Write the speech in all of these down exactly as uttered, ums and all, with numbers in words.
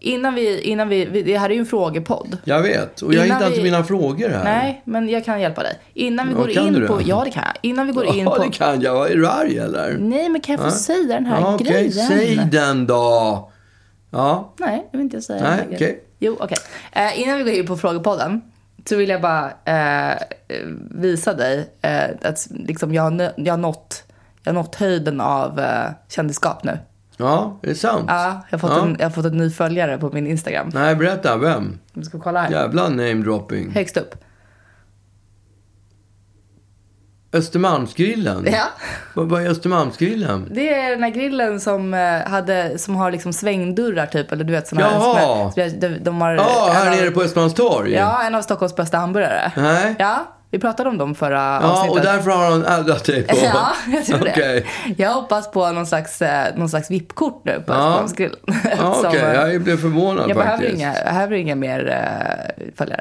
innan vi, innan vi, vi, det här är ju en frågepodd. Jag vet, och jag innan hittar vi, inte mina frågor här. Nej, men jag kan hjälpa dig. Innan vi Ja, går kan in du på, det? ja det kan jag. Innan vi går in ja, på. Ja, det kan jag. Är du arg eller? Nej, men kan jag få ja? säga den här ja, grejen? Okej, säg den då. Ja. Nej, jag vill inte säga Nej, den okej. Okay. Jo, okej. Okay. Eh, innan vi går in på frågepodden så vill jag bara eh, visa dig eh, att liksom jag, har, jag, har nått, jag har nått höjden av eh, kändisskap nu. Ja, är det sant? Ja, jag har, fått ja. en, jag har fått en ny följare på min Instagram. Nej, berätta, vem? Vi ska kolla här. Jävla name-dropping. Högst upp. Östermalmsgrillen? Ja. Vad, vad är Östermalmsgrillen? Det är den här grillen som, hade, som har liksom svängdörrar typ. Eller du vet såna Jaha. här. De, de har, ja, här av, nere på Östermalmstorg. Ja, en av Stockholms bästa hamburgare. Nej. Ja, vi pratade om dem förra ja, avsnittet. Ja, och därför har hon addat dig på. Ja, jag tror okay. det. Jag hoppas på någon slags, någon slags V I P-kort nu på ja. Östermalmsgrillen. Ja, okej. Okay. Jag blev förvånad jag faktiskt. Behöver inga, jag behöver inga mer uh, följare.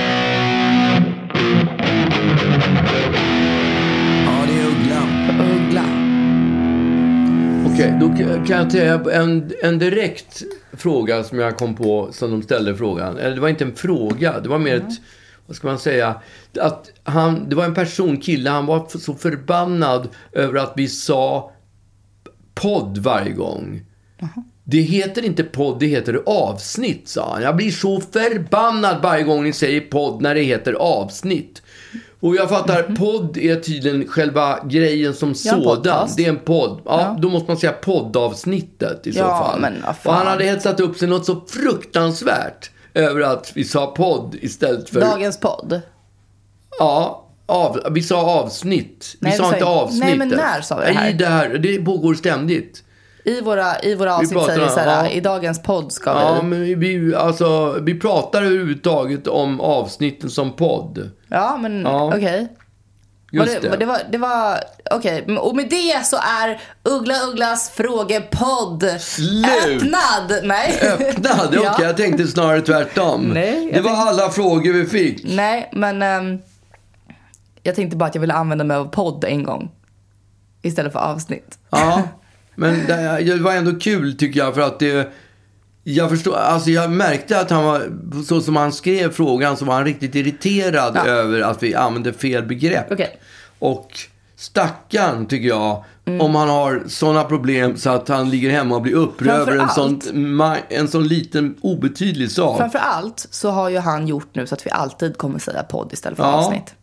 Uggla. Okej, okay, då kan jag säga en, en direkt fråga som jag kom på som de ställde frågan. Eller det var inte en fråga, det var mer ett, vad ska man säga, att han, det var en person, kille, han var så förbannad över att vi sa podd varje gång. Uh-huh. Det heter inte podd, det heter avsnitt, sa han. Jag blir så förbannad varje gång ni säger podd när det heter avsnitt. Och jag fattar, mm-hmm. podd är tydligen själva grejen som ja, sådan. Podcast. Det är en podd. Ja, ja, då måste man säga poddavsnittet i ja, så fall. Men, och han hade hetsat upp sig något så fruktansvärt över att vi sa podd istället för... Dagens podd? Ja, av, vi sa avsnitt. Nej, vi sa inte avsnittet. Nej, men när sa vi det här? I det här, det pågår ständigt. I våra, i våra avsnitt säger vi så här, ja. I dagens podd ska vi... Ja, men vi, alltså, vi pratar överhuvudtaget om avsnitten som podd. Ja, men ja. okej. Okay. Just det. Det var, det var okej. Okay. Och med det så är Uggla Ugglas frågepodd Slut. öppnad. Nej. Öppnad? Okej, okay. Jag tänkte snarare tvärtom. Nej, det var tänkte... alla frågor vi fick. Nej, men um, jag tänkte bara att jag ville använda mig av podd en gång istället för avsnitt. Ja. Men det, det var ändå kul tycker jag, för att det, jag förstår, alltså jag märkte att han var, så som han skrev frågan, så var han riktigt irriterad ja. över att vi använde fel begrepp. Okay. Och stackarn tycker jag, mm. om han har sådana problem så att han ligger hemma och blir upprörd över en sån, en sån liten obetydlig sak. Framförallt så har ju han gjort nu så att vi alltid kommer säga podd istället för ja. avsnitt.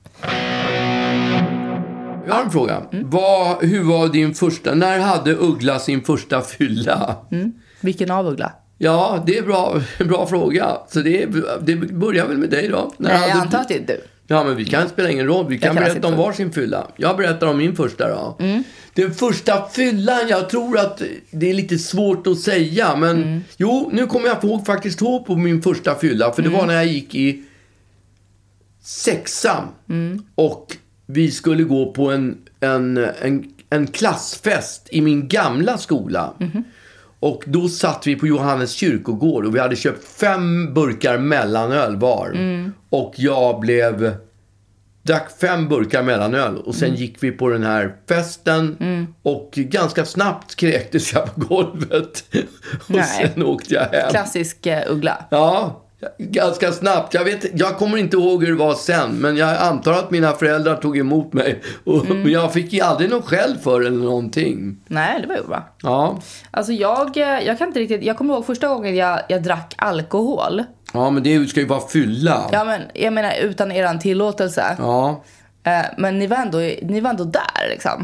Jag har en fråga. Mm. Vad, hur var din första... När hade Uggla sin första fylla? Mm. Vilken av Uggla? Ja, det är bra, en bra fråga. Så det, det börjar väl med dig då. När Nej, jag antar att det är du. Ja, men vi kan spela ingen roll. Vi kan, kan berätta om var sin fylla. Jag berättar om min första då. Mm. Den första fyllan, jag tror att det är lite svårt att säga. Men mm. jo, nu kommer jag ihåg, faktiskt ihåg på min första fylla. För det mm. var när jag gick i sexan. Mm. Och... vi skulle gå på en, en, en, en klassfest i min gamla skola. Mm-hmm. Och då satt vi på Johannes kyrkogård och vi hade köpt fem burkar mellanöl var. Mm. Och jag blev... drack fem burkar mellanöl. Och sen mm. gick vi på den här festen. Mm. Och ganska snabbt kräktes jag på golvet. Och Nej. sen åkte jag hem. Klassisk uh, Uggla. Ja, ganska snabbt. Jag vet, jag kommer inte ihåg hur det var sen, men jag antar att mina föräldrar tog emot mig och mm. jag fick ju aldrig någon skäll för eller någonting. Nej, det var ju bra. Ja. Alltså jag jag kan inte riktigt, jag kommer ihåg första gången jag jag drack alkohol. Ja, men det ska ju vara fylla. Ja, men jag menar utan eran tillåtelse. Ja. Eh, men ni var ändå ni var ändå där liksom.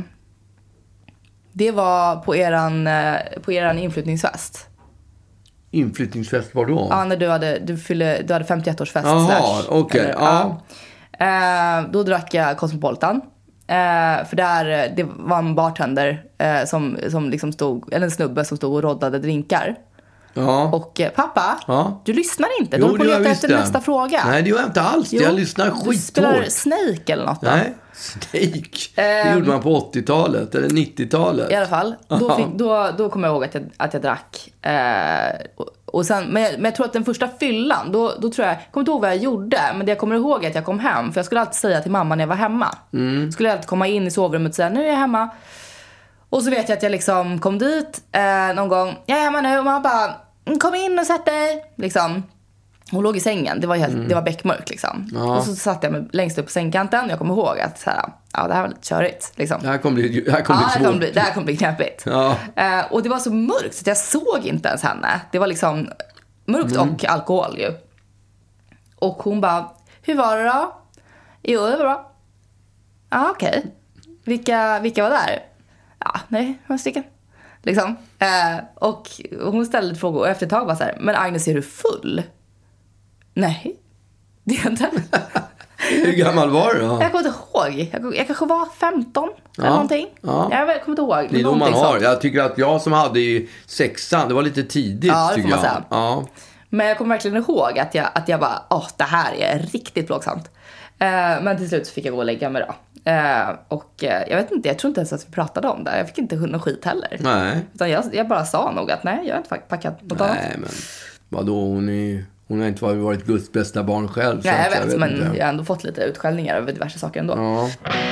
Det var på eran på eran inflyttningsfest. Inflyttningsfest var då? Ja, när du hade, du fyllde, du hade femtioett-årsfest. Jaha, okej. Okay. Ja. Ja. Eh, då drack jag Cosmopolitan. Eh, för där, det var en bartender eh, som, som liksom stod, eller en snubbe som stod och roddade drinkar. Ja. Och eh, pappa, ja. du lyssnar inte. Du jo, håller på att leta efter nästa fråga. Nej, det gör jag inte alls. Jo, jag lyssnar skithårt. Du spelar Snake eller något då? Nej, Snake. Det um, gjorde man på åttiotalet eller nittiotalet. I alla fall. Då, fick, då, då kommer jag ihåg att jag, att jag drack. Eh, och, och sen, men, jag, men jag tror att den första fyllan, då, då tror jag, jag kommer inte ihåg vad jag gjorde. Men det jag kommer ihåg är att jag kom hem. För jag skulle alltid säga till mamma när jag var hemma. Mm. Skulle jag alltid komma in i sovrummet och säga, nu är jag hemma. Och så vet jag att jag liksom kom dit eh, någon gång. Jag är hemma nu. Och mamma bara, kom in och sätt dig. Liksom. Hon låg i sängen, det var, helt, mm. det var bäckmörk liksom. Ja. Och så satt jag mig längst upp på sängkanten. Jag kommer ihåg att så här, ja, det här var lite körigt liksom. Det här kommer bli, det här kommer ja, bli svårt. Det här kommer bli, det här kommer bli knäppigt. Ja. Uh, och det var så mörkt så att jag såg inte ens henne. Det var liksom mörkt mm. och alkohol ju. Och hon bara, hur var det då? Jo, det var bra. Ja, ah, okej. Okay. Vilka, vilka var där? Ja, nej, några stycken. Liksom. Uh, och hon ställde frågor och efter ett tag var så här, men Agnes, är du full? Nej, det är inte. Hur gammal var du då? Jag kommer inte ihåg. Jag, jag kanske var femton ja, eller någonting. Ja. Jag kommer inte ihåg. Det är då man har. Sånt. Jag tycker att jag som hade i sexan, det var lite tidigt. Ja, det får man säga. Ja. Men jag kommer verkligen ihåg att jag, att jag bara, åh, det här är riktigt plågsamt. Uh, men till slut så fick jag gå och lägga mig då. Uh, och uh, jag vet inte, jag tror inte ens att vi pratade om det. Jag fick inte någon skit heller. Nej. Utan jag, jag bara sa nog att nej, jag har inte packat något nej, annat. Nej, men vadå, hon är... Hon har inte varit Guds bästa barn själv. Nej, jag vet, jag vet men inte. jag har ändå fått lite utskällningar över diverse saker ändå. Ja.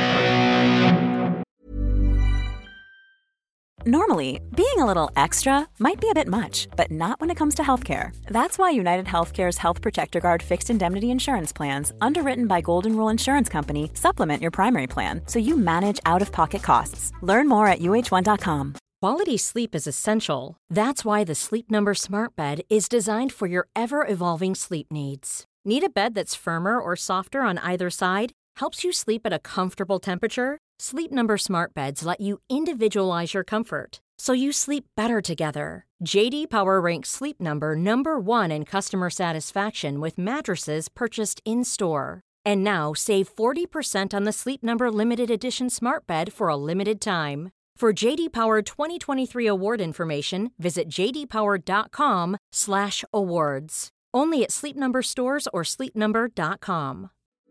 Normally, being a little extra might be a bit much, but not when it comes to healthcare. That's why United Healthcare's Health Protector Guard fixed indemnity insurance plans, underwritten by Golden Rule Insurance Company, supplement your primary plan so you manage out-of-pocket costs. Learn more at U H one dot com. Quality sleep is essential. That's why the Sleep Number Smart Bed is designed for your ever-evolving sleep needs. Need a bed that's firmer or softer on either side? Helps you sleep at a comfortable temperature? Sleep Number Smart Beds let you individualize your comfort, so you sleep better together. J D Power ranks Sleep Number number one in customer satisfaction with mattresses purchased in-store. And now, save forty percent on the Sleep Number Limited Edition Smart Bed for a limited time. For J D Power twenty twenty-three award information, visit j d power dot com slash awards. Only at Sleep Number stores or sleep number dot com.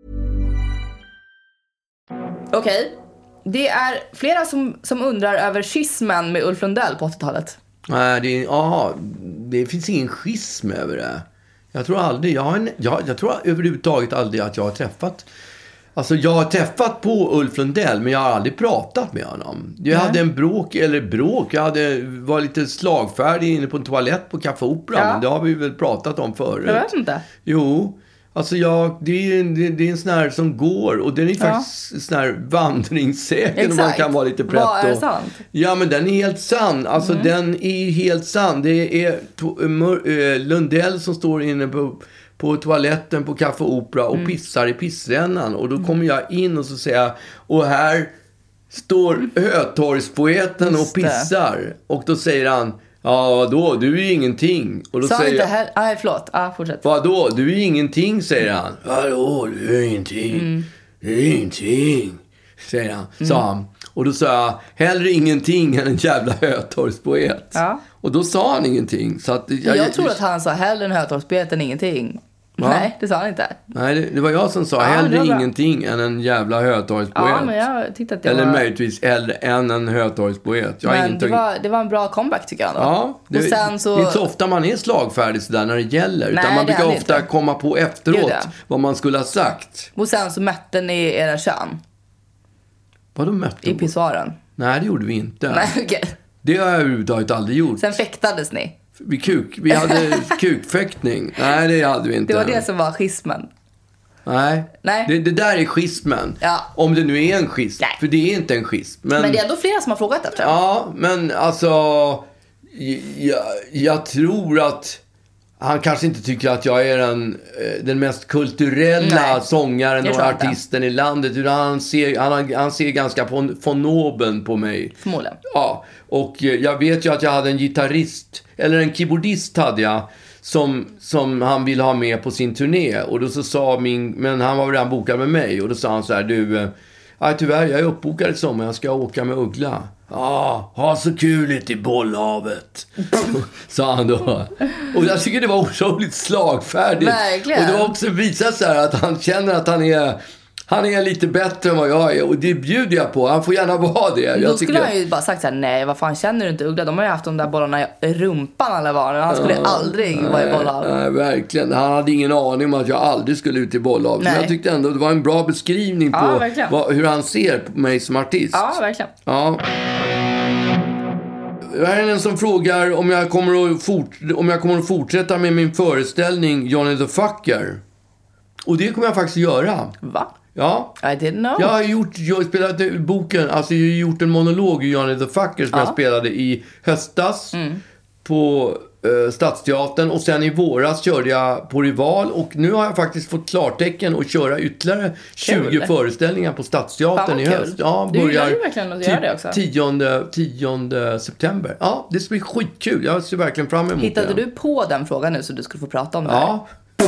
Okej, okay. Det är flera som, som undrar över schismen med Ulf Lundell på åttiotalet. Nej, det, är, aha, det finns ingen schism över det. Jag tror aldrig, jag, har en, jag, jag tror överhuvudtaget aldrig att jag har träffat... Alltså jag har träffat på Ulf Lundell, men jag har aldrig pratat med honom. Jag Nej. hade en bråk, eller bråk, jag hade, var lite slagfärdig inne på en toalett på Café Opera, ja. Men det har vi väl pratat om förut. Jag vet inte. Jo, alltså jag, det, är, det, det är en sån här som går, och den är ja. faktiskt en sån här vandringssäker, och man kan vara lite prätt. Vad är sant? Ja, men den är helt sann. Alltså mm. den är helt sann. Det är to, uh, Lundell som står inne på... på toaletten på Café Opera och mm. pissar i pissrännan. Och då kommer jag in och så säger jag, och här står Hötorgspoeten och pissar. Och då säger han, ja då, du är ju ingenting. Och då sa säger inte jag, här, nej förlåt, ja fortsätt. Vadå, du är ingenting, säger han. Vadå, du är ingenting. Mm. Du är ingenting, säger han. Mm. Sa han. Och då sa jag, hellre ingenting än en jävla Hötorgspoet. Ja. Och då sa han ingenting. Så att jag, jag tror att han sa hellre en Hötorgspoet än ingenting. Va? Nej, det sa han inte. Nej, det, det var jag som sa ja, hellre ingenting än en jävla Hötorgspoet. Ja, men jag tyckte att det Eller var... möjligtvis hellre än en Hötorgspoet. Jag men inte... det, var, det var en bra comeback tycker jag då. Ja, det, och sen så... det är inte så ofta man är slagfärdig sådär när det gäller. Nej, utan man brukar ofta inte. komma på efteråt vad man skulle ha sagt. Och sen så mätte ni era kön. Vadå mätte? I pissoaren. Nej, det gjorde vi inte. Nej, okej. Okay. Det har jag överhuvudtaget aldrig gjort. Sen fäktades ni. Vi, kuk, vi hade kukfäktning. Nej, det hade vi inte. Det var det som var schismen. Nej, Nej. Det, det där är schismen. Ja. Om det nu är en schism. Nej. För det är inte en schism. Men, men det är ändå flera som har frågat efter. Ja, men alltså... Jag, jag tror att... Han kanske inte tycker att jag är den, den mest kulturella Nej, sångaren och artisten i landet. Utan han ser, han, han ser ganska von, von Noben på mig. Förmodligen. Ja, och jag vet ju att jag hade en gitarrist, eller en keyboardist hade jag, som, som han ville ha med på sin turné. Och då så sa min, men han var redan bokad med mig. Och då sa han så här, du, ja, tyvärr jag är uppbokad i sommar, jag ska åka med Uggla. Ja, ha så kul i bollhavet, sa han då. Och jag tycker det var otroligt slagfärdigt. Verkligen. Och det var också visat så här att han känner att han är... Han är lite bättre än vad jag är. Och det bjuder jag på. Han får gärna vara det. Jag Då skulle tycker... han ju bara sagt så här: nej, vad fan känner du inte Uggla? De har ju haft de där bollarna i rumpan alla var. Han skulle ja, aldrig nej, vara i bollhav. Nej, verkligen. Han hade ingen aning om att jag aldrig skulle ut i bollhav. Men jag tyckte ändå det var en bra beskrivning ja, på vad, hur han ser på mig som artist. Ja, verkligen. Ja. här är en som frågar om jag kommer att, fort, om jag kommer att fortsätta med min föreställning Johnny the Fucker. Och det kommer jag faktiskt göra. Va? Ja. I didn't know. Jag har gjort, jag har spelat boken, alltså jag har gjort en monolog i Johnny the Fucker som ja. jag spelade i höstas mm. på eh, Stadsteatern. Och sen i våras körde jag på Rival. Och nu har jag faktiskt fått klartecken att köra ytterligare tjugo kul. föreställningar på Stadsteatern i höst. Ja, du börjar ju verkligen att göra det också. tionde september. Ja, det ska bli skitkul. Jag ser verkligen fram emot Hittade det. du på den frågan nu så du skulle få prata om det ja. här?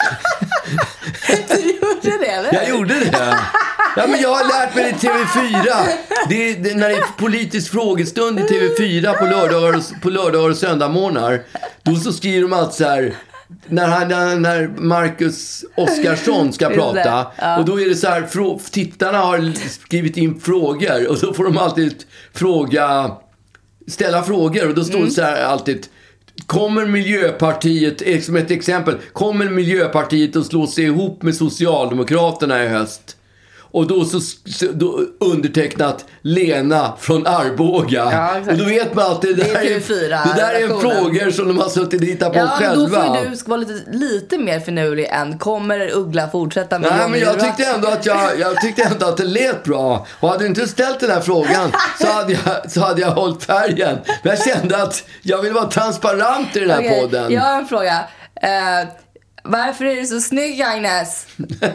Du gjorde det, eller? Jag gjorde det. Ja, men jag har lärt mig det i T V fyra. Det är, det, när det är politisk frågestund i T V fyra på lördagar och, på lördagar och söndagmorgnar, då så skriver de allt så här. När, han, när Marcus Oskarsson ska prata ja. och då är det så här, frå, tittarna har skrivit in frågor och så får de alltid fråga, ställa frågor och då står det mm. så här alltid: kommer Miljöpartiet, som ett exempel, kommer Miljöpartiet att slå sig ihop med Socialdemokraterna i höst? Och då så då undertecknat Lena från Arboga. Ja, och då vet man alltid det, det, där är, det där är en frågor som de har suttit och hittat på ja, själva. Ja, då får du ska vara lite, lite mer finurlig än kommer Uggla fortsätta med. Nej, men jag tyckte ändå att jag, jag tyckte ändå att det lät bra. Och hade du inte ställt den här frågan så hade jag, så hade jag hållit färgen. Men jag kände att jag vill vara transparent i den här okay, podden. Jag har en fråga. Uh, varför är du så snygg, Agnes?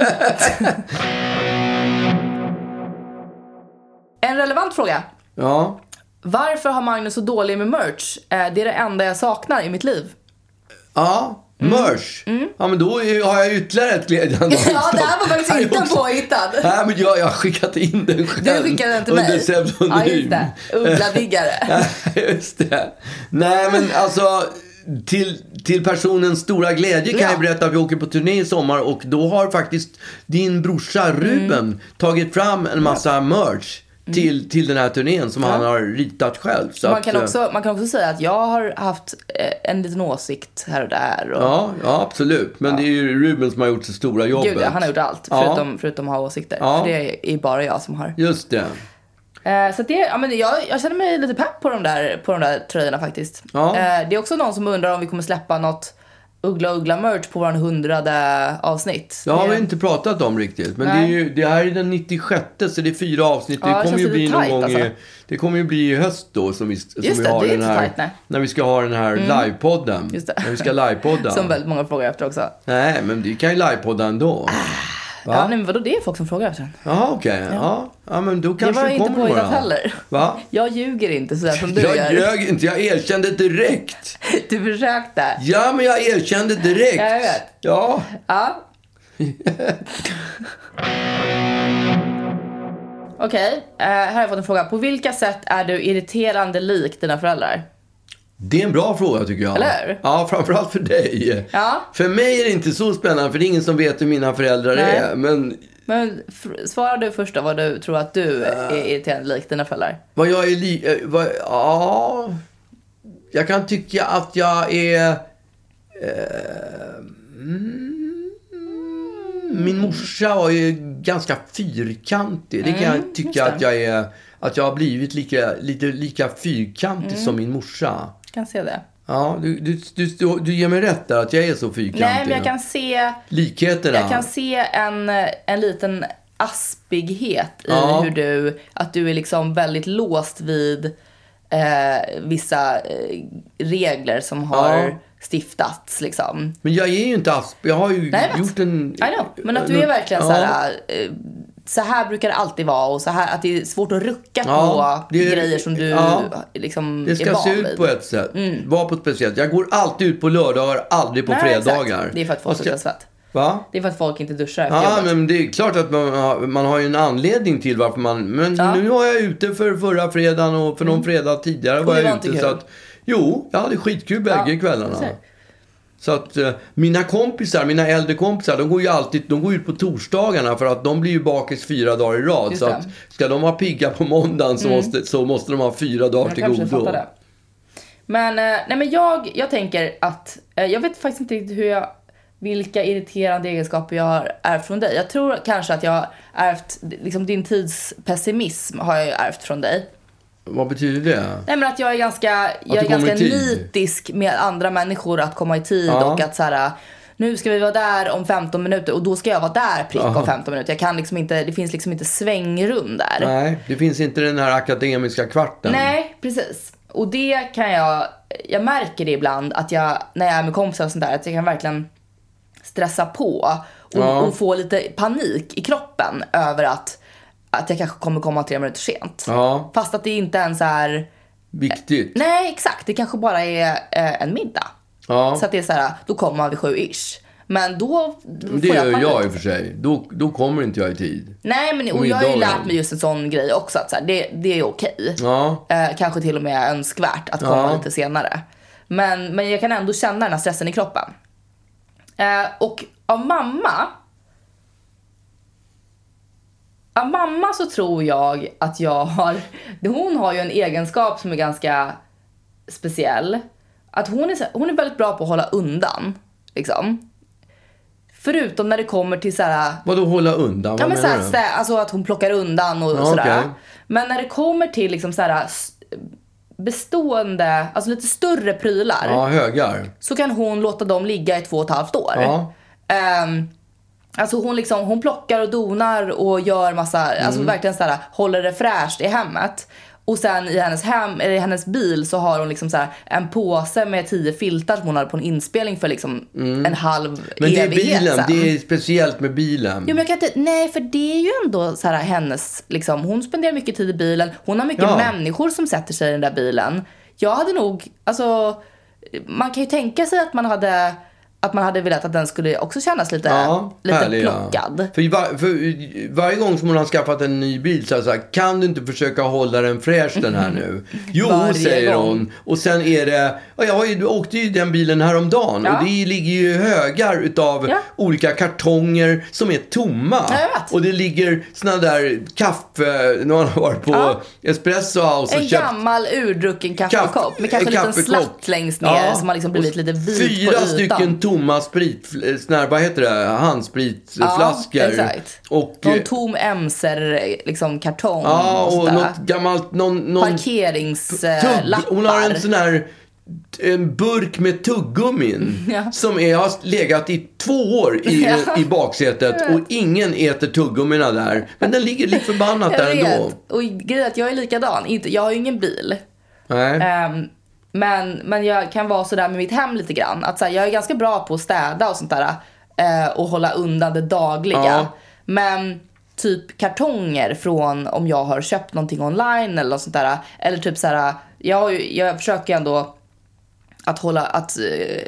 En relevant fråga. Ja. Varför har Magnus så dålig med merch? Det är det enda jag saknar i mitt liv. Ja, merch. Mm. Mm. Ja, men då har jag ytterligare ett glädjande. Ja, det här var faktiskt inte påhittad. Nej, men jag, jag har skickat in den själv. Du skickade den till mig. Under pseudonym. Ja, just det. Uggla-diggare. Just det. Nej, men alltså... Till, till personens stora glädje kan ja. jag berätta att vi åker på turné i sommar och då har faktiskt din brorsa Ruben mm. tagit fram en massa ja. merch till, mm. till den här turnén som ja. han har ritat själv. Så man, att, kan också, man kan också säga att jag har haft en liten åsikt här och där. Och... Ja, ja, absolut. Men ja. det är ju Ruben som har gjort det stora jobbet. Gud, han har gjort allt förutom, ja. förutom att ha åsikter. Ja. För det är bara jag som har. Just det. Så det, ja, men jag, jag känner mig lite pepp på de där, på de där tröjorna faktiskt. Ja. Det är också någon som undrar om vi kommer släppa något Uggla Uggla merch på vår hundrade avsnitt. Det har vi inte pratat om riktigt. Men det, är ju, det här är den nittiosjätte så det är fyra avsnitt. Ja, det kommer ju bli någon gång alltså. i, Det kommer ju bli i höst då som vi, som Just vi det, har det är den här, tajt, nej. när vi ska ha den här mm. livepodden. Just det. När vi ska livepodda. Som väldigt många frågar efter också. Nej, men det kan ju livepodda ändå. Ah. Va? Ja, nej, men vadå, det är folk som frågar efter den. Jaha, okej. Okay. Ja. Ja. ja, men då kanske det, det kommer några. Det var inte påhittat heller. Va? Jag ljuger inte sådär som du jag gör. Jag ljög inte, jag erkände direkt. Du försökte. Ja, men jag erkände direkt. Ja, jag vet. Ja. Ja. Okej, okay. uh, här har jag fått en fråga. På vilka sätt är du irriterande lik dina föräldrar? Det är en bra fråga tycker jag. Eller? Ja, framförallt för dig. Ja. För mig är det inte så spännande, för det är ingen som vet hur mina föräldrar Nej. är. Men, men svara du först då, vad du tror att du är irriterande lik dina föräldrar. Vad jag är lik... Vad, ja... Jag kan tycka att jag är... Eh, mm, min morsa var ju ganska fyrkantig. Det kan mm, jag tycka att jag är... Att jag har blivit lika, lite lika fyrkantig mm. som min morsa. Jag kan se det. Ja, du, du, du, du ger mig rätt där att jag är så fyrkantig. Nej, men jag kan se... Likheterna. Jag kan se en, en liten aspighet i ja. hur du... Att du är liksom väldigt låst vid eh, vissa eh, regler som har... Ja. stiftats liksom. Men jag är ju inte asp. Jag har ju Nej, gjort en... I know. Men att du är verkligen ja. så här... Eh, så här brukar det alltid vara. Och så här, att det är svårt att rucka ja, på det, grejer som du ja, liksom det ska är van se ut vid. på ett sätt. Mm. Vara på ett speciellt. Jag går alltid ut på lördagar, aldrig på Nej, fredagar. Exakt. Det är för att folk slutar svett. Va? Det är för att folk inte duschar efter ja, jobbet. Men det är klart att man har, man har ju en anledning till varför man... Men ja. nu var jag ute för förra fredagen och för någon mm. fredag tidigare var jag ute. Så att, jo, jag hade skitkul bägge ja, kvällarna. Så att uh, mina kompisar, mina äldre kompisar, de går ju alltid, de går ut på torsdagarna för att de blir ju bakis fyra dagar i rad. Just så att ska de vara pigga på måndagen så, mm. måste, så måste de ha fyra dagar till godo. Men, uh, nej men jag, jag tänker att, uh, jag vet faktiskt inte riktigt hur jag, vilka irriterande egenskaper jag har ärvt från dig. Jag tror kanske att jag har ärvt, liksom din tids pessimism har jag ärvt från dig. Vad betyder det? Nej, men att jag är ganska, jag är ganska nitisk med andra människor att komma i tid. Ja. Och att så här, nu ska vi vara där om femton minuter och då ska jag vara där prick Aha. om femton minuter. Jag kan liksom inte, det finns liksom inte svängrum där. Nej, det finns inte den här akademiska kvarten. Nej, precis. Och det kan jag, jag märker det ibland att jag, när jag är med kompisar och sånt där, att jag kan verkligen stressa på och, ja. och få lite panik i kroppen över att att jag kanske kommer komma tre minuter sent. Ja. Fast att det inte ens är viktigt. Nej, exakt. Det kanske bara är eh, en middag. Ja. Så att det är så här, då kommer man vid sju ish. Men då, då det gör jag, jag i och för sig. Då, då kommer inte jag i tid. Nej, men och jag har ju lärt mig just en sån grej också. Att så här, det, det är okej. Ja. Eh, kanske till och med önskvärt att komma ja. lite senare. Men, men jag kan ändå känna den här stressen i kroppen. Eh, och av mamma... Av mamma så tror jag att jag har... Hon har ju en egenskap som är ganska speciell. Att hon är, hon är väldigt bra på att hålla undan. Liksom. Förutom när det kommer till så här... Vadå hålla undan? Vad ja, men menar så här, du? Alltså att hon plockar undan och, ja, och sådär. Okay. Men när det kommer till liksom så här bestående... Alltså lite större prylar. Ja, högar. Så kan hon låta dem ligga i två och ett halvt år. Ja. Um, Alltså hon liksom, hon plockar och donar och gör massa, mm. alltså verkligen så här, håller det fräscht i hemmet. Och sen i hennes hem, eller i hennes bil så har hon liksom så här en påse med tio filtar som hon hade på en inspelning för liksom mm. en halv men det är evighet bilen, sen. Det är speciellt med bilen. Jo, men jag kan inte, nej, för det är ju ändå så här hennes, liksom, hon spenderar mycket tid i bilen. Hon har mycket ja. människor som sätter sig i den där bilen. Jag hade nog, alltså, man kan ju tänka sig att man hade... Att man hade velat att den skulle också kännas lite, ja, lite härlig, plockad. Ja. För, var, för varje gång som hon har skaffat en ny bil så är det så här, kan du inte försöka hålla den fräsch den här nu? Jo, varje säger gång. hon. Och sen är det, ja, jag har ju, åkte ju den bilen häromdagen. Ja. Och det ligger ju högar utav ja. olika kartonger som är tomma. Och det ligger såna där kaffe, någon har varit på ja. Espresso House och en köpt gammal urdrucken kaffekopp kaff, med kanske en liten slatt längst ner ja. som har liksom blivit lite vit fyra på ytan. Stycken tomma sprit, såna, vad heter det, handspritflaskor. Ja, exakt. Och någon tom emser liksom kartong. Ja, och, och något gammalt någon, någon parkeringslappar. Hon har en sån här en burk med tuggummin ja. som är, har legat i två år i, ja. i baksätet och ingen äter tuggummina där. Men den ligger lite förbannat där ändå. Och grejen att jag är likadan. Jag har ju ingen bil. Nej. Um, Men, men jag kan vara sådär med mitt hem lite grann. Att så här, jag är ganska bra på att städa och sånt där. Eh, och hålla undan det dagliga. Ja. Men typ kartonger från om jag har köpt någonting online eller något sånt där. Eller typ så här, jag, har ju, jag försöker ändå att hålla, att... Eh,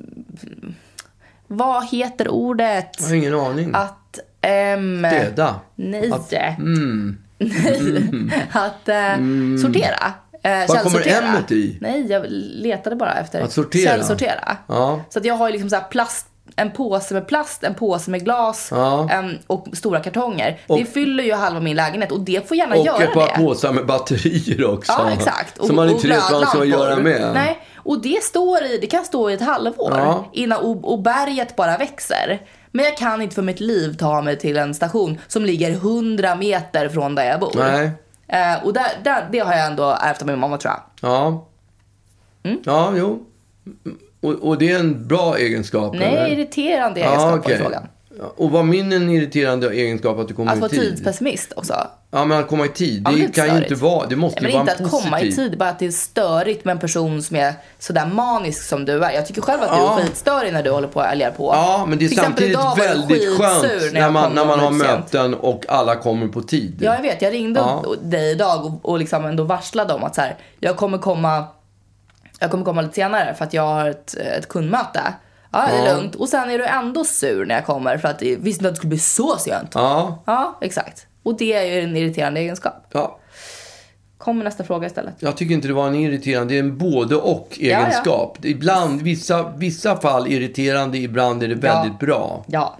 vad heter ordet? Jag har ingen aning. Att... Um, städa? Nej. Att, mm. nej. Mm. att eh, mm. sortera. Eh, Vad kommer ämnet i? Nej, jag letade bara efter att sortera. Källsortera. Ja. Så att jag har ju liksom så här plast, en påse med plast, en påse med glas ja. um, och stora kartonger. Och, det fyller ju halva min lägenhet och det får gärna och göra det. Och ett par påsar med batterier också. Ja, exakt. Som man inte vet vad man ska göra med. Nej, och det står i, det kan stå i ett halvår ja. innan och, och berget bara växer. Men jag kan inte för mitt liv ta mig till en station som ligger hundra meter från där jag bor. Nej. Uh, och där, där, det har jag ändå ärvt av min mamma, tror jag. Ja. Mm? Ja, jo. Och, och det är en bra egenskap? Nej, eller? Irriterande egenskap ja, okay. på frågan. Och var min en irriterande egenskap att du kommer att i tid? Att vara tidspessimist också. Ja, men att komma i tid. Det, det kan störigt. ju inte vara, det måste ja, ju vara inte en att komma i tid, bara att det är störigt med en person som är sådär manisk som du är. Jag tycker själv att du ja. är skitstörig när du håller på och älgar på. Ja, men det är till samtidigt väldigt skönt när, när man, när man har möten och alla kommer på tid. Ja, jag vet. Jag ringde ja. dig idag och, och liksom ändå varslade om att så här, jag kommer komma jag kommer komma lite senare för att jag har ett, ett kundmöte. Ja, det är ja. lugnt. Och sen är du ändå sur när jag kommer för att visste inte att det skulle bli så sent. Ja. Ja, exakt. Och det är ju en irriterande egenskap. Ja. Kommer nästa fråga istället. Jag tycker inte det var en irriterande. Det är en både och egenskap. Ja, ja. Ibland, vissa, vissa fall irriterande, ibland är det väldigt ja. bra. Ja.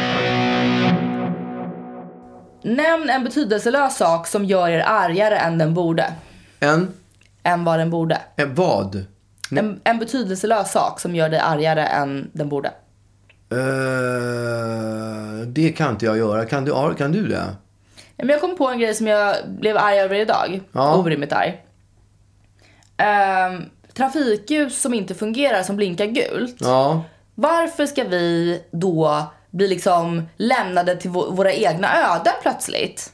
Nämn en betydelselös sak som gör er argare än den borde. En? Än vad den borde. En vad? En, en betydelselös sak som gör dig argare än den borde. Uh, det kan inte jag göra. Kan du, kan du det? Men jag kom på en grej som jag blev arg över idag. Ja. Orimligt arg. eh, trafikljus som inte fungerar, som blinkar gult. Ja. Varför ska vi då bli liksom lämnade till v- våra egna öden plötsligt?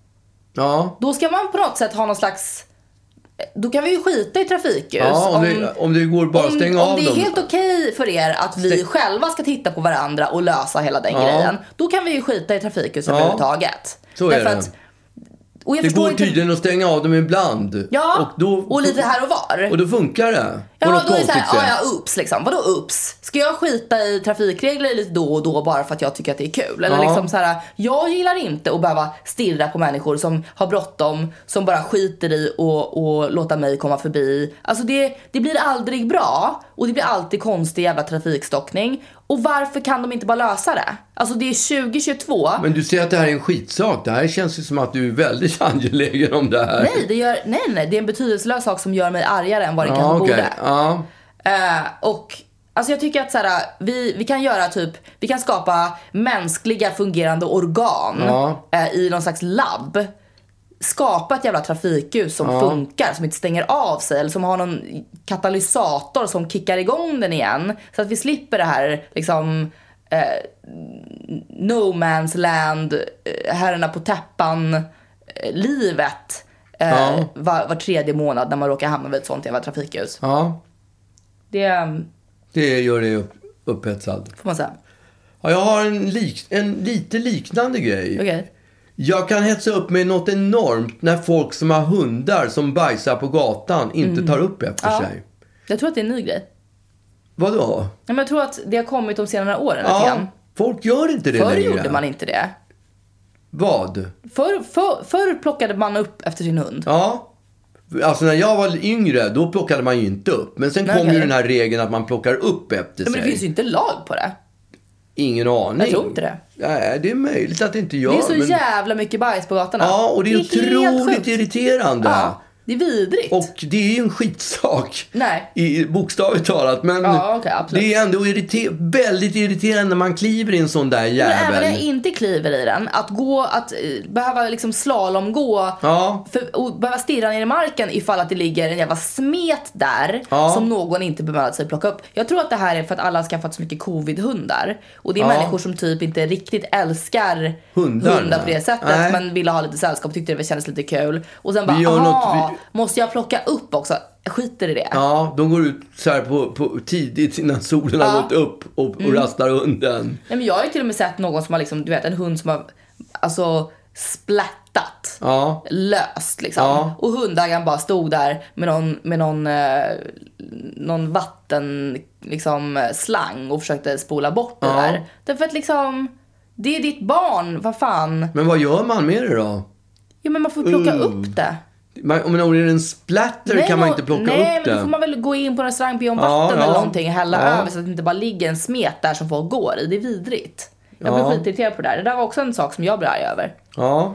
Ja. Då ska man på något sätt ha någon slags... Då kan vi ju skita i trafikljus. Ja, om, det, om det går bara att stänga om av det är dem. helt okej för er att vi Stäng... själva ska titta på varandra och lösa hela den ja. grejen, då kan vi ju skita i trafikljus ja. överhuvudtaget. Så Därför är det. Att, och jag det går inte... tydligen att stänga av dem ibland. Ja, och, då, och lite här och var. Och då funkar det. Ja, på då något är det så här, konstigt ja, sätt. ja, ups liksom. Vadå ups? Ska jag skita i trafikregler lite då och då bara för att jag tycker att det är kul? Eller Ja. liksom så här, jag gillar inte att behöva stirra på människor som har bråttom, som bara skiter i och, och låta mig komma förbi. Alltså det, det blir aldrig bra och det blir alltid konstig jävla trafikstockning. Och varför kan de inte bara lösa det? Alltså det är tjugo tjugotvå. Men du säger att det här är en skitsak. Det här känns ju som att du är väldigt angelägen om det här. Nej, det gör, nej, nej, det är en betydelselös sak som gör mig argare än vad det ja, kanske okay. borde. Ja. Uh, och alltså jag tycker att så här, vi, vi kan göra typ, vi kan skapa mänskliga fungerande organ ja. uh, i någon slags labb. Skapa ett jävla trafikljus som ja. funkar, som inte stänger av sig, eller som har någon katalysator som kickar igång den igen, så att vi slipper det här liksom uh, no man's land, uh, herrarna på täppan uh, livet uh, ja. var, var tredje månad när man råkar hamna vid ett sånt jävla trafikljus. Ja. Det, det gör det upp, upphetsad. Får man säga. Ja, jag har en, lik, en lite liknande grej. Okay. Jag kan hetsa upp med något enormt när folk som har hundar som bajsar på gatan inte mm. tar upp efter ja. sig. Jag tror att det är en ny grej. Vadå? Ja, men jag tror att det har kommit de senare åren. Ja, folk gör inte det förr längre. Förr gjorde man inte det. Vad? Förr, för, förr plockade man upp efter sin hund. Ja. Alltså när jag var yngre, då plockade man ju inte upp. Men sen Nej, kom okay. ju den här regeln att man plockar upp efter ja, sig. Men det finns ju inte lag på det. Ingen aning. Jag tror inte det. Nej, det är möjligt att det inte gör. Det är så men... jävla mycket bajs på gatorna. Ja, och det är, det är otroligt irriterande. Ja, det är vidrigt. Och det är ju en skitsak. Nej. I bokstavligt talat. Men ja, okay, det är ändå irriter- väldigt irriterande när man kliver i en sån där jävel. Men även när jag inte kliver i den. Att gå, att uh, behöva liksom slalomgå. Ja. För, och behöva stirra ner i marken ifall att det ligger en jävla smet där. Ja. Som någon inte bemödat sig plocka upp. Jag tror att det här är för att alla har skaffat så mycket covid-hundar. Och det är ja. människor som typ inte riktigt älskar hundar, hundar på det sättet. Nej. Men ville ha lite sällskap, tyckte det kändes lite kul. Och sen bara, aha, vi... måste jag plocka upp också? Skiter i det. Ja, de går ut så här på, på tidigt innan solen ja. har gått upp och, och mm. rastar hunden. Nej, men jag har ju till och med sett någon som har liksom, du vet, en hund som har alltså splättat ja. löst liksom. Ja. Och hundägaren bara stod där med någon, med någon, eh, någon vatten liksom slang och försökte spola bort det ja. där. Därför att liksom, det är ditt barn, vad fan. Men vad gör man med det då? Jo, men man får plocka uh. upp det. Man, om det är en splatter nej, kan man inte plocka nej, upp men det. då får man väl gå in på en restaurang, be om vatten ja, eller ja. någonting, hälla ja. över så att det inte bara ligger en smet där som folk går i. Det är vidrigt. Jag blir ja. skitirriterad på det där. Det där var också en sak som jag blir arg över. Ja.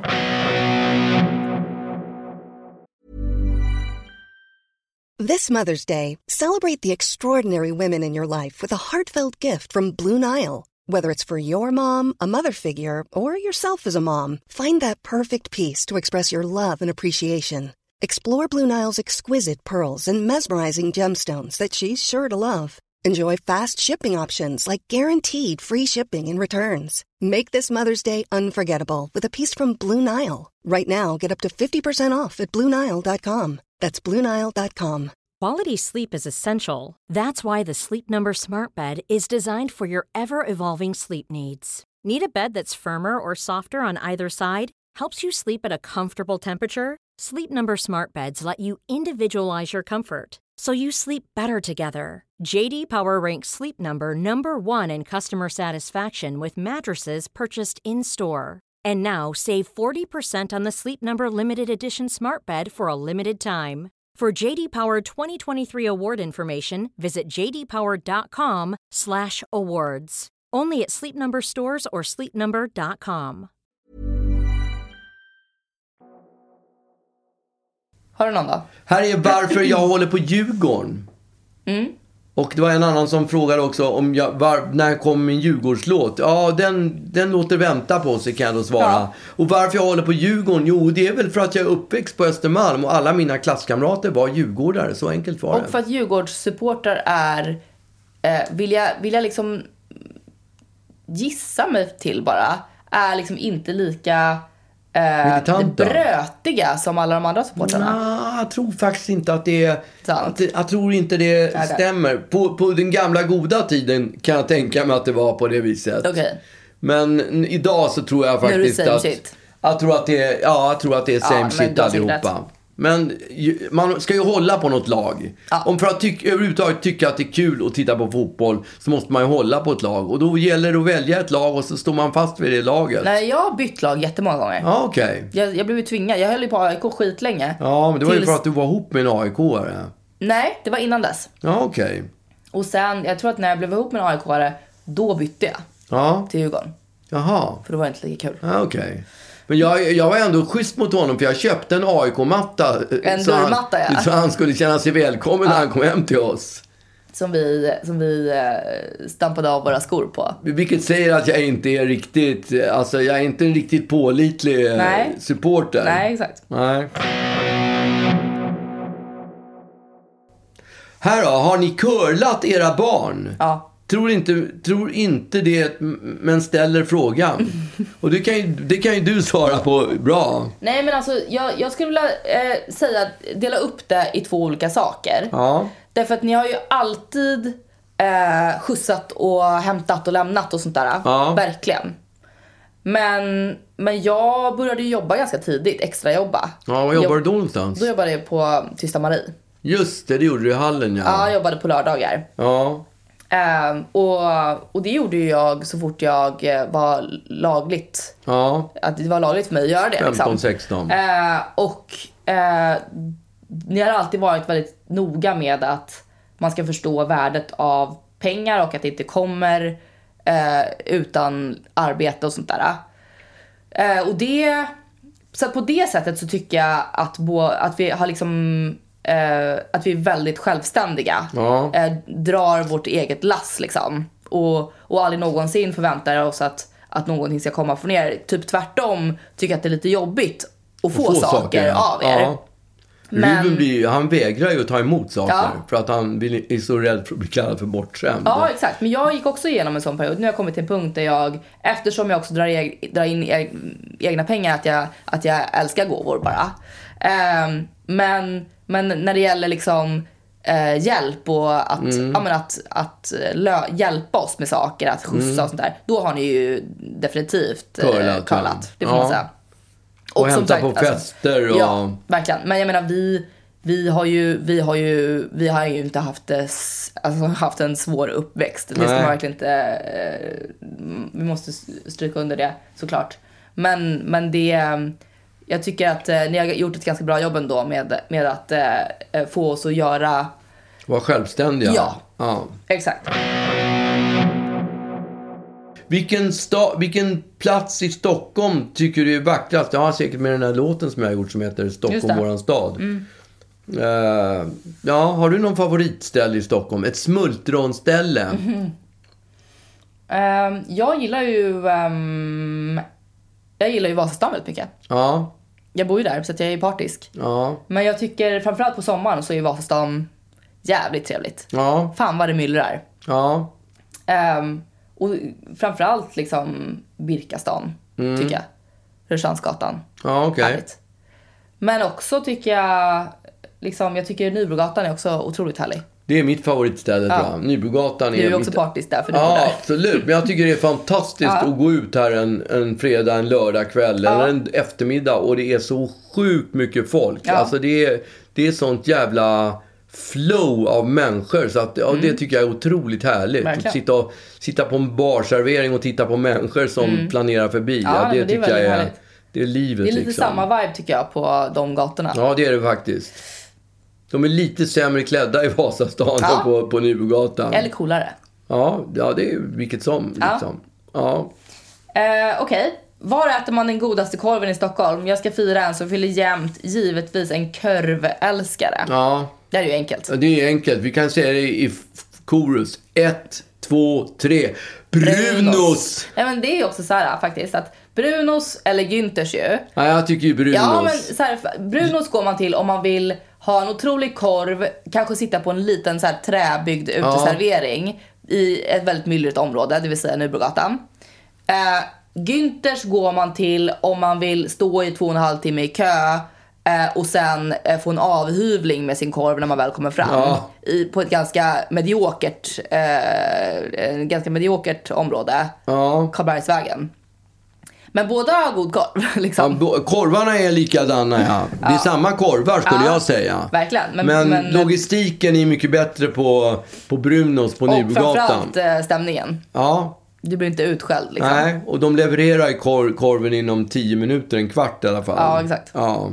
This Mother's Day, celebrate the extraordinary women in your life with a heartfelt gift from Blue Nile. Whether it's for your mom, a mother figure, or yourself as a mom, find that perfect piece to express your love and appreciation. Explore Blue Nile's exquisite pearls and mesmerizing gemstones that she's sure to love. Enjoy fast shipping options like guaranteed free shipping and returns. Make this Mother's Day unforgettable with a piece from Blue Nile. Right now, get up to fifty percent off at blue nile dot com. That's blue nile dot com. Quality sleep is essential. That's why the Sleep Number Smart Bed is designed for your ever-evolving sleep needs. Need a bed that's firmer or softer on either side? Helps you sleep at a comfortable temperature? Sleep Number Smart Beds let you individualize your comfort, so you sleep better together. J D Power ranks Sleep Number number one in customer satisfaction with mattresses purchased in-store. And now, save forty percent on the Sleep Number Limited Edition Smart Bed for a limited time. For J D Power twenty twenty-three award information, visit j d power dot com slash awards. Only at Sleep Number stores or sleep number dot com. Har du någon då? Här är varför jag håller på Djurgården. Mm. Och det var en annan som frågade också om jag, var, när kom min Djurgårdslåt? Ja, den, den låter vänta på sig, kan jag då svara. Ja. Och varför jag håller på Djurgården? Jo, det är väl för att jag är uppväxt på Östermalm och alla mina klasskamrater var djurgårdare. Så enkelt var det. Och för att Djurgårdssupportrar är, eh, vill, jag, vill jag liksom gissa mig till bara, är liksom inte lika... Eh, brötiga som alla de andra supportrarna. Nah, jag tror faktiskt inte att det är att det, jag tror inte det okay. stämmer. På, på den gamla goda tiden kan jag tänka mig att det var på det viset. Okay. Men idag så tror jag faktiskt att shit. jag tror att det är, ja, jag tror att det är same ja, shit allihopa. Men man ska ju hålla på något lag. Ja. Om för att tyck, överhuvudtaget tycka att det är kul att titta på fotboll, så måste man ju hålla på ett lag. Och då gäller det att välja ett lag och så står man fast vid det laget. Nej, jag har bytt lag jättemånga gånger. Ja, okej. Okay. Jag, jag blev ju tvingad. Jag höll ju på A I K skitlänge. Ja, men det var tills... ju för att du var ihop med en A I K-are. Nej, det var innan dess. Ja, okej. Okay. Och sen, jag tror att när jag blev ihop med en A I K-are, då bytte jag. Ja. Till Djurgården. Jaha. För det var inte lika kul. Ja, okej. Okay. Men jag, jag var ändå schysst mot honom, för jag köpte en A I K-matta. En dörrmatta, ja. Så han skulle känna sig välkommen ja. när han kom hem till oss. Som vi, som vi stampade av våra skor på. Vilket säger att jag inte är riktigt, alltså jag är inte en riktigt pålitlig Nej. supporter. Nej, exakt. Nej. Här då, har ni curlat era barn? Ja. Tror inte, tror inte det, men ställer frågan. Och det kan, ju, det kan ju du svara på bra. Nej, men alltså, jag, jag skulle vilja eh, säga, dela upp det i två olika saker. Ja. Därför att ni har ju alltid eh, skjutsat och hämtat och lämnat och sånt där. Ja. Verkligen. Men, men jag började ju jobba ganska tidigt, extra jobba. Ja, vad jobbar du då någonstans? Då jobbade jag på Tysta Marie. Just det, det gjorde du i hallen, ja. Ja, jag jobbade på lördagar. Ja. Um, och, och det gjorde ju jag så fort jag var lagligt. Ja. Att det var lagligt för mig att göra det. femton sexton. Uh, och uh, ni har alltid varit väldigt noga med att man ska förstå värdet av pengar och att det inte kommer uh, utan arbete och sånt där. Uh, och det, så på det sättet så tycker jag att, bo, att vi har liksom... Uh, att vi är väldigt självständiga. Ja. uh, Drar vårt eget lass liksom. Och, och aldrig någonsin förväntar oss att, att någonting ska komma från er. Typ tvärtom tycker att det är lite jobbigt att få, få saker, saker ja. av er. Ja. Men... Ruben blir, han vägrar ju att ta emot saker. Ja. För att han vill, är så rädd för att bli kallad för bortskämd. Ja, exakt. Men jag gick också igenom en sån period. Nu har jag kommit till en punkt där jag, eftersom jag också drar, eg, drar in eg, egna pengar, att jag, att jag älskar gåvor bara. Um, men, men när det gäller liksom uh, hjälp och att, mm. ja, men att, att lö, hjälpa oss med saker, att skjutsa mm. och sånt där, då har ni ju definitivt uh, curlat. curlat, det får ja. man säga. Och, och hämta på fester och... Ja, verkligen. Men jag menar, vi, vi har ju vi har ju vi har ju inte haft det, alltså, haft en svår uppväxt. Det ska man verkligen inte, vi måste stryka under det såklart. Men men det, jag tycker att ni har gjort ett ganska bra jobb ändå med med att eh, få oss att göra, vara självständiga. Ja. Ja. Exakt. Vilken, sta- vilken plats i Stockholm tycker du är vackrast? Jag har säkert med den här låten som jag har gjort som heter Stockholm, våran stad. Mm. Uh, ja, har du någon favoritställe i Stockholm? Ett smultronställe? Mm-hmm. Uh, jag gillar ju um, jag gillar ju Vasastan väldigt mycket. Ja. Jag bor ju där så att jag är partisk. Ja. Men jag tycker framförallt på sommaren så är Vasastan jävligt trevligt. Ja. Fan vad det myllrar. Ja. Um, Och framförallt liksom Birkastan, mm. tycker jag. Rörstrandsgatan. Ja, okej. Okay. Men också tycker jag, liksom, jag tycker Nybrogatan är också otroligt härlig. Det är mitt favoritställe, ja. tror jag. Nybrogatan är... Du är mitt... också partisk där, för du ja, bor där. Absolut. Men jag tycker det är fantastiskt ja. att gå ut här en, en fredag, en lördag kväll ja. eller en eftermiddag. Och det är så sjukt mycket folk. Ja. Alltså det är, det är sånt jävla... flow av människor, så att, ja, mm. det tycker jag är otroligt härligt. Att sitta, och, sitta på en barservering och titta på människor som mm. planerar förbi. Ja, ja, det, det tycker jag är, det är livet. Det är lite liksom. samma vibe tycker jag på de gatorna. Ja, det är det faktiskt. De är lite sämre klädda i Vasastan ja. än på, på Nybrogatan. Eller coolare. Ja, ja, det är vilket som. Ja. Liksom. Ja. Eh, Okej. Okay. Var äter man den godaste korven i Stockholm? Jag ska fira en som fyller jämt. Givetvis en korvälskare. Ja. Det är ju enkelt. Ja, det är enkelt. Vi kan säga det i Chorus. Ett, två, tre. Brunos! Ja, men det är också så här faktiskt att Brunos eller Günthers ju. Ja, jag tycker ju Brunos. Ja, men så här, Brunos går man till om man vill ha en otrolig korv, kanske sitta på en liten så här träbyggd uteservering ja. i ett väldigt myllrigt område, det vill säga Nybrogatan. Eh, Günthers går man till om man vill stå i två och en halv timme i kö eh, och sen eh, få en avhyvling med sin korv när man väl kommer fram ja. i, på ett ganska mediokert eh, ganska mediokert område, ja. Karlbergsvägen. Men båda har god korv liksom. Ja, korvarna är likadana, ja. Det är ja. samma korvar skulle ja, jag säga. Verkligen. Men, men, men logistiken är mycket bättre på, på Brunos på Nybrogatan. Och framförallt eh, stämningen. Ja. Du blir inte utskälld liksom. Nej, och de levererar i kor- korven inom tio minuter, en kvart i alla fall. Ja, exakt. Ja.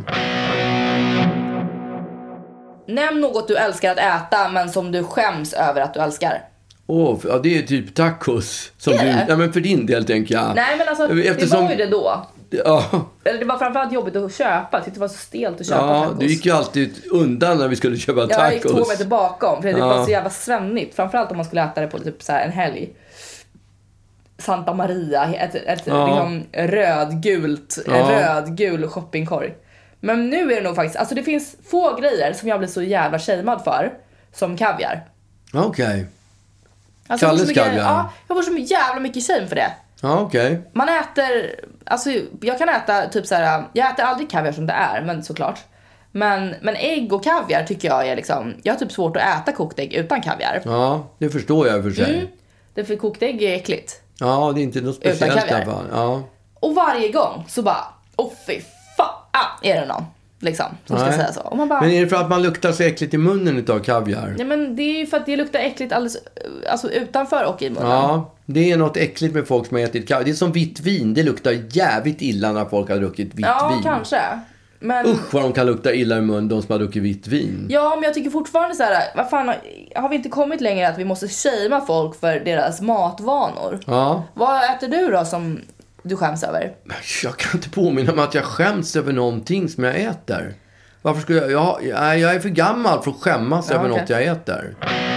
Nämn något du älskar att äta men som du skäms över att du älskar. Åh, oh, ja, det är typ tacos. Som du, ja, men för din del tänker jag. Nej, men alltså, Eftersom, det var ju det då. Ja. Eller det var framförallt jobbigt att köpa. Jag tyckte det var så stelt att köpa ja, tacos. Du gick ju alltid undan när vi skulle köpa tacos. Jag gick två meter bakom. För det ja. var så jävla svennigt. Framförallt om man skulle äta det på typ så här en helg. Santa Maria. Ett, ett ja. liksom rödgult, ja. rödgul shoppingkorg. Men nu är det nog faktiskt... Alltså det finns få grejer som jag blir så jävla shamead för. Som kaviar. Okej. Okay. Alltså, Kalles kaviar? Ja, jag får så jävla mycket shame för det. Ja, okej. Okay. Man äter, alltså jag kan äta typ så här, jag äter aldrig kaviar som det är, men såklart. Men, men ägg och kaviar tycker jag är liksom, jag har typ svårt att äta kokt ägg utan kaviar. Ja, det förstår jag för sig. Mm. Därför kokt ägg är äckligt. Ja, det är inte något speciellt i alla fall. Ja. Och varje gång så bara, åh fy fan, är det någon. Liksom, som ska säga så. Och man bara, men är det för att man luktar så äckligt i munnen utav kaviar? Nej, men det är ju för att det luktar äckligt alldeles, alltså utanför och i munnen. Ja, det är något äckligt med folk som har ätit kaviar. Det är som vitt vin, det luktar jävligt illa när folk har druckit vitt ja, vin. Ja, kanske. Men... Usch vad de kan lukta illa i munnen, de som har druckit vitt vin. Ja, men jag tycker fortfarande så här, vad fan, har vi inte kommit längre att vi måste shamea folk för deras matvanor? Ja. Vad äter du då som du skäms över? Jag kan inte påminna mig att jag skäms över någonting som jag äter. Varför skulle jag... Jag, jag är för gammal för att skämmas ja, över okay. något jag äter.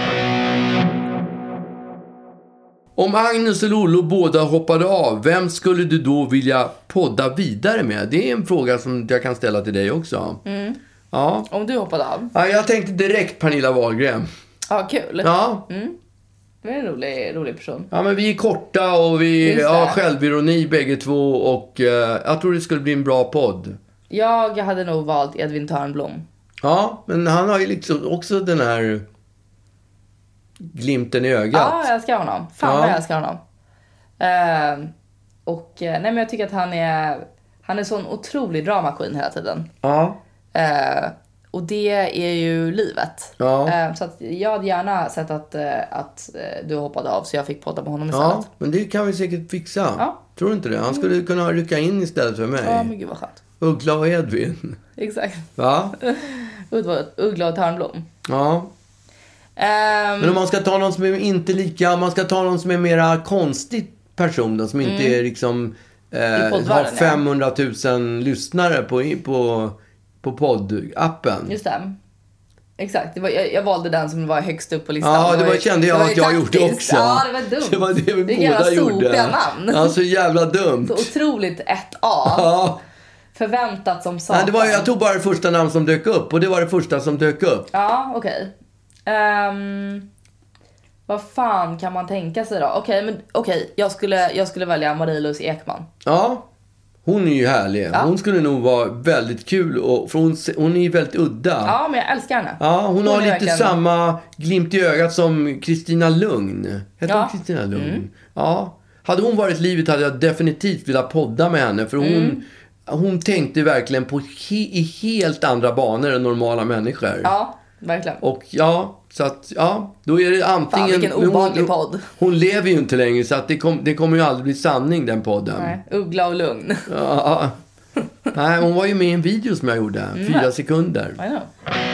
Om Agnes och Lollo båda hoppade av, vem skulle du då vilja podda vidare med? Det är en fråga som jag kan ställa till dig också. Mm. Ja. Om du hoppade av? Ja, jag tänkte direkt Pernilla Wahlgren. Ja, kul. Ja. Mm. Det är en rolig, rolig person. Ja, men vi är korta och vi har självironi bägge två. Och uh, jag tror det skulle bli en bra podd. Jag hade nog valt Edvin Törnblom. Ja, men han har ju liksom också den här glimten i ögat. Ja, jag älskar honom. Fan ja. vad jag älskar honom. Uh, och nej, men jag tycker att han är han är sån otrolig drama queen hela tiden. Ja. Uh, och det är ju livet. Ja. Uh, så att jag hade gärna sett att, uh, att uh, du hoppade av så jag fick podda med honom istället. Ja, men det kan vi säkert fixa. Ja. Tror du inte det? Han skulle kunna rycka in istället för mig. Ja, men gud vad skönt. Uggla och Edvin. Exakt. Va? Uggla och Törnblom. Ja. Um, men om man ska ta någon som är inte lika... Man ska ta någon som är mera konstig person då, som inte mm. är liksom... Eh, har femhundratusen ja. lyssnare på, på, på poddappen. Just det. Exakt, det var, jag, jag valde den som var högst upp på listan. Ja, det var, kände jag att jag gjorde också. Ja, det var dumt. Det var det vi det båda gjorde. Namn. Ja, så jävla dumt. Så otroligt ett A. Ja. Förväntat som satan. Nej, det var, jag tog bara det första namn som dök upp. Och det var det första som dök upp. Ja, okej. Okay. Um, vad fan kan man tänka sig då? Okej, okay, men okej. Okay, jag, skulle, jag skulle välja Marie-Louise Ekman. Ja. Hon är ju härlig. Ja. Hon skulle nog vara väldigt kul. Och, för hon, hon är ju väldigt udda. Ja, men jag älskar henne. Ja, hon, hon har lite verkligen... samma glimt i ögat som Kristina Lugn. Heter ja. hon Kristina Lugn? Mm. Ja. Hade hon varit livet hade jag definitivt velat podda med henne. För hon, mm. hon tänkte verkligen på he, i helt andra banor än normala människor. Ja, verkligen. Och ja... Så att, ja, då är det antingen... Fan, vilken obehaglig podd. Hon, hon lever ju inte längre, så att det, kom, det kommer ju aldrig bli sanning, den podden. Nej, Uggla och Lugn. Ja. Nej, hon var ju med i en video som jag gjorde. Mm. Fyra sekunder. I know.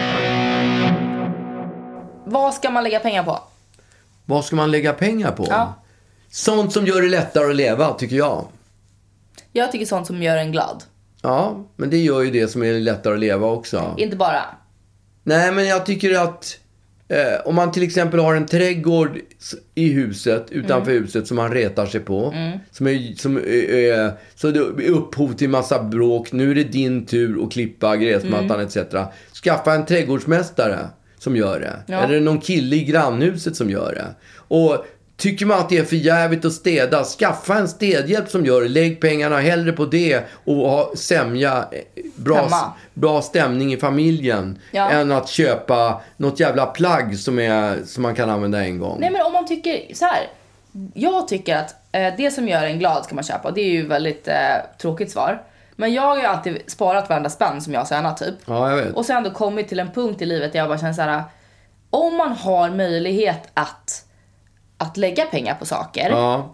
Vad ska man lägga pengar på? Vad ska man lägga pengar på? Ja. Sånt som gör det lättare att leva, tycker jag. Jag tycker sånt som gör en glad. Ja, men det gör ju det som är lättare att leva också. Inte bara. Nej, men jag tycker att... Eh, om man till exempel har en trädgård i huset, utanför mm. huset, som man retar sig på. Mm. Som är, som är, eh, så det är upphov till massa bråk. Nu är det din tur att klippa gräsmattan mm. et cetera. Skaffa en trädgårdsmästare som gör det. Ja. Eller någon kille i grannhuset som gör det. Och tycker man att det är för jävligt att städa, skaffa en städhjälp som gör det. Lägg pengarna hellre på det och ha sämja bra, bra stämning i familjen. Ja. Än att köpa något jävla plagg som, är, som man kan använda en gång. Nej, men om man tycker så här. Jag tycker att eh, det som gör en glad ska man köpa. Det är ju väldigt eh, tråkigt svar. Men jag har ju alltid sparat varenda spänn som jag tjänar typ. Ja, jag vet. Och så har jag ändå kommit till en punkt i livet där jag bara känner så här. Om man har möjlighet att att lägga pengar på saker ja.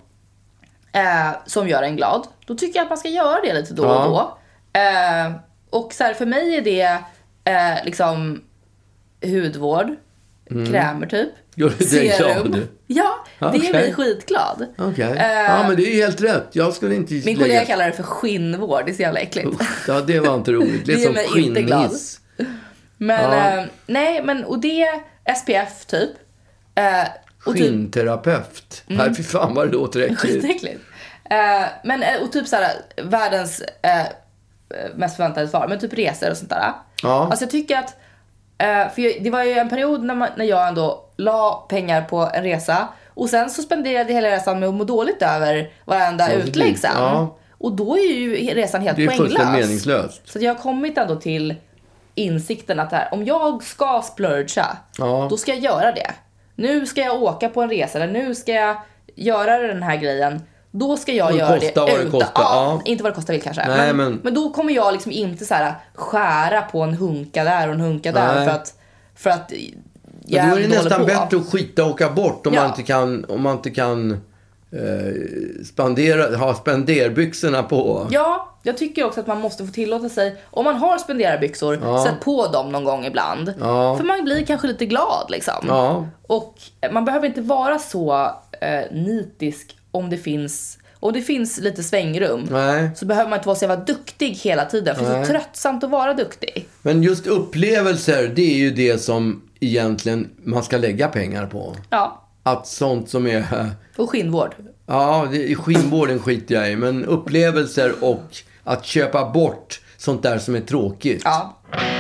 eh, som gör en glad, då tycker jag att man ska göra det lite då ja. och då. Eh, och så här, för mig är det eh, liksom hudvård, mm. krämer typ. Gör du det glad? Ja, det okay. är mig skitglad. Okej. Okay. Eh, ja, men det är helt rätt. Jag skulle inte min lägga... kollega kallar det för skinnvård, det är så jävla äckligt. Ja, det var inte roligt. Det är, det är som skinnhiss. Men, ja. eh, nej, men, och det är S P F typ. Eh, Skinnterapeut. Mm. Här, fy fan vad det låter äckligt. äckligt. Uh, men, och typ såhär, världens uh, mest förväntade svar. Men typ resor och sånt där. Ja. Alltså jag tycker att, uh, för jag, det var ju en period när, man, när jag ändå la pengar på en resa. Och sen så spenderade jag hela resan med att må dåligt över varenda ja, utlägg sen. Ja. Och då är ju resan helt poänglös. Det är fullständigt meningslöst. Så jag har kommit ändå till insikten att här, om jag ska splurgea, ja. då ska jag göra det. Nu ska jag åka på en resa, eller nu ska jag göra den här grejen. Då ska jag göra det utan, det kostar, ja, inte vad det kostar vill kanske. Nej, men, men... men då kommer jag liksom inte så här skära på en hunka där och en hunka där. Nej. För att, för att jag då är det nästan bättre att skita och åka bort om ja. man inte kan, om man inte kan eh, spendera, ha spenderbyxorna på. Ja, jag tycker också att man måste få tillåta sig, om man har spenderarbyxor, ja. sätt på dem någon gång ibland. Ja. För man blir kanske lite glad liksom. Ja. Och man behöver inte vara så eh, nitisk om det finns om det finns lite svängrum. Nej. Så behöver man inte vara så jävla duktig hela tiden. För det är så tröttsamt att vara duktig. Men just upplevelser, det är ju det som egentligen man ska lägga pengar på. Ja. Att sånt som är... Och skinnvård. Ja, det är skinnvården skiter jag i. Men upplevelser och att köpa bort sånt där som är tråkigt. Ja.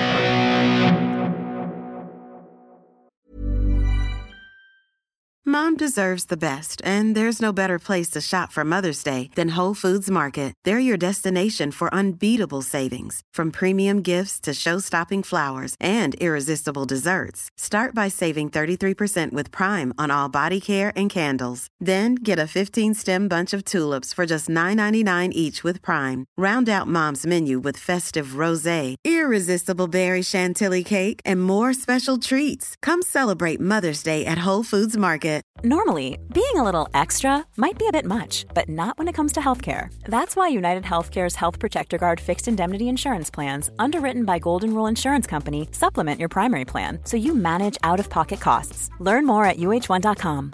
Mom deserves the best, and there's no better place to shop for Mother's Day than Whole Foods Market. They're your destination for unbeatable savings, from premium gifts to show-stopping flowers and irresistible desserts. Start by saving thirty-three percent with Prime on all body care and candles. Then get a fifteen-stem bunch of tulips for just nine ninety-nine each with Prime. Round out Mom's menu with festive rosé, irresistible berry chantilly cake, and more special treats. Come celebrate Mother's Day at Whole Foods Market. Normally, being a little extra might be a bit much, but not when it comes to healthcare. That's why United Healthcare's Health Protector Guard fixed indemnity insurance plans, underwritten by Golden Rule Insurance Company, supplement your primary plan so you manage out-of-pocket costs. Learn more at U H one dot com.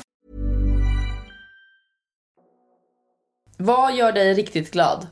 Vad gör dig riktigt glad?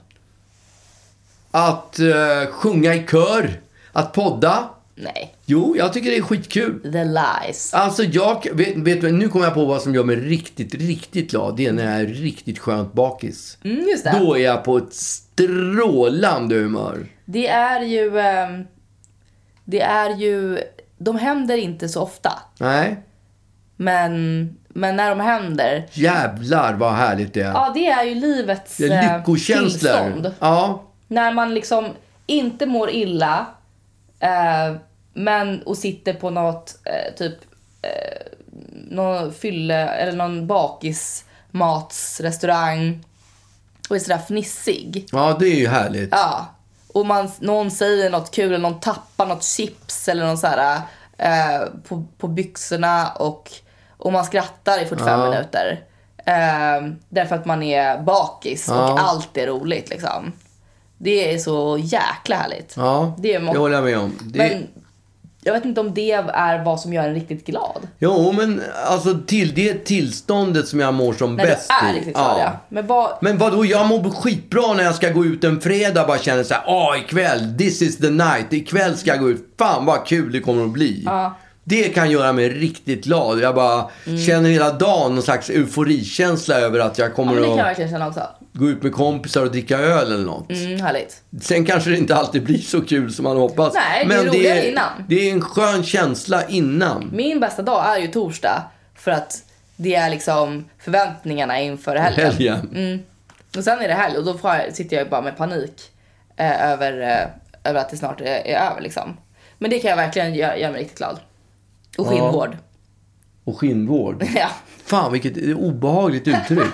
Att uh, sjunga i kör, att podda. Nej. Jo, jag tycker det är skitkul. The lies. Alltså jag, vet, vet du, nu kommer jag på vad som gör mig riktigt, riktigt glad. Det är när jag är riktigt skönt bakis. Mm, just det. Då är jag på ett strålande humör. Det är ju, um, det är ju, de händer inte så ofta. Nej. Men, men när de händer. Jävlar vad härligt det är. Ja, det är ju livets det är lyckokänslor. Tillstånd. Ja. När man liksom inte mår illa. Uh, men och sitter på något uh, typ uh, någon fylle eller någon bakismatsrestaurang och är sådär fnissig. Ja, det är ju härligt. Ja. Och man, någon säger något kul eller någon tappar något chips eller någon sådär uh, på, på byxorna och, och man skrattar i fyrtiofem ja. minuter. Uh, därför att man är bakis ja. och allt är roligt liksom. Det är så jäkla härligt. Ja, det, är må- det håller jag med om. Det... Men jag vet inte om det är vad som gör en riktigt glad. Jo, men alltså till det tillståndet som jag mår som när bäst är riktigt glad, ja. ja. Men, vad... men vadå, jag mår skitbra när jag ska gå ut en fredag. Bara känner så här, åh ikväll, this is the night. Ikväll ska jag gå ut, fan vad kul det kommer att bli. Ja. Det kan göra mig riktigt glad. Jag bara mm. känner hela dagen någon slags euforikänsla över att jag kommer ja, men det kan jag att verkligen känna också. Gå ut med kompisar och dricka öl eller något. Mm, härligt. Sen kanske det inte alltid blir så kul som man hoppas. Nej, det men är det är, innan. det är en skön känsla innan. Min bästa dag är ju torsdag. För att det är liksom förväntningarna inför helgen. Helgen. Mm. Och sen är det helg och då får jag, sitter jag bara med panik eh, över, eh, över att det snart är, är över liksom. Men det kan jag verkligen göra, göra mig riktigt glad. Och skinnvård. Ja. Och skinnvård. Ja. Fan, vilket obehagligt uttryck.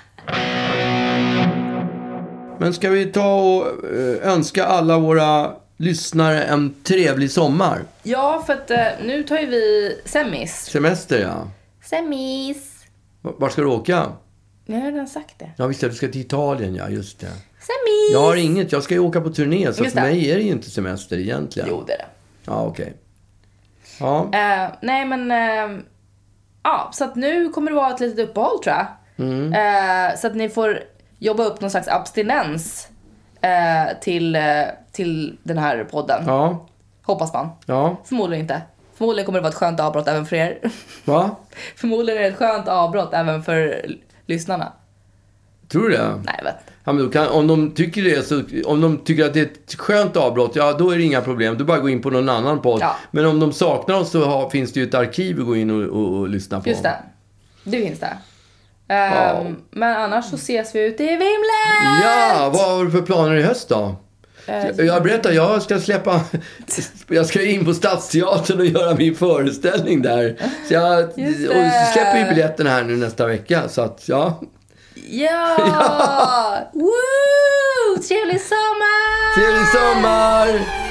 Men ska vi ta och önska alla våra lyssnare en trevlig sommar? Ja, för att eh, nu tar ju vi semis. Semester, ja. Semis. Var ska du åka? Jag har redan sagt det. Ja, visst, du ska till Italien, ja, just det. Semis. Jag har inget, jag ska ju åka på turné, så för mig är det ju inte semester egentligen. Jo, det är det. Ja, okej. Okay. Ja. Uh, nej, men... Uh, ja, så att nu kommer det vara ett litet uppehåll, tror jag. Mm. Uh, så att ni får jobba upp någon slags abstinens uh, till, uh, till den här podden. Ja. Hoppas man. Ja. Förmodligen inte. Förmodligen kommer det vara ett skönt avbrott även för er. Va? Förmodligen är det ett skönt avbrott även för lyssnarna. Tror du det? Nej, jag vet. Ja, men då kan, om de tycker det så, om de tycker att det är ett skönt avbrott, ja, då är det inga problem. Du bara gå in på någon annan podd. Ja. Men om de saknar oss så har, finns det ju ett arkiv att gå in och, och, och lyssna på. Just det. Det finns det. Um, ja. Men annars så ses vi ute i Vimlet! Ja, vad har du för planer i höst då? Uh, jag berättar, jag ska släppa... Jag ska in på Stadsteatern och göra min föreställning där. Så jag och så släpper ju biljetten här nu nästa vecka. Så att, ja... Ja! ja. Woo! Trevlig sommar! Trevlig sommar!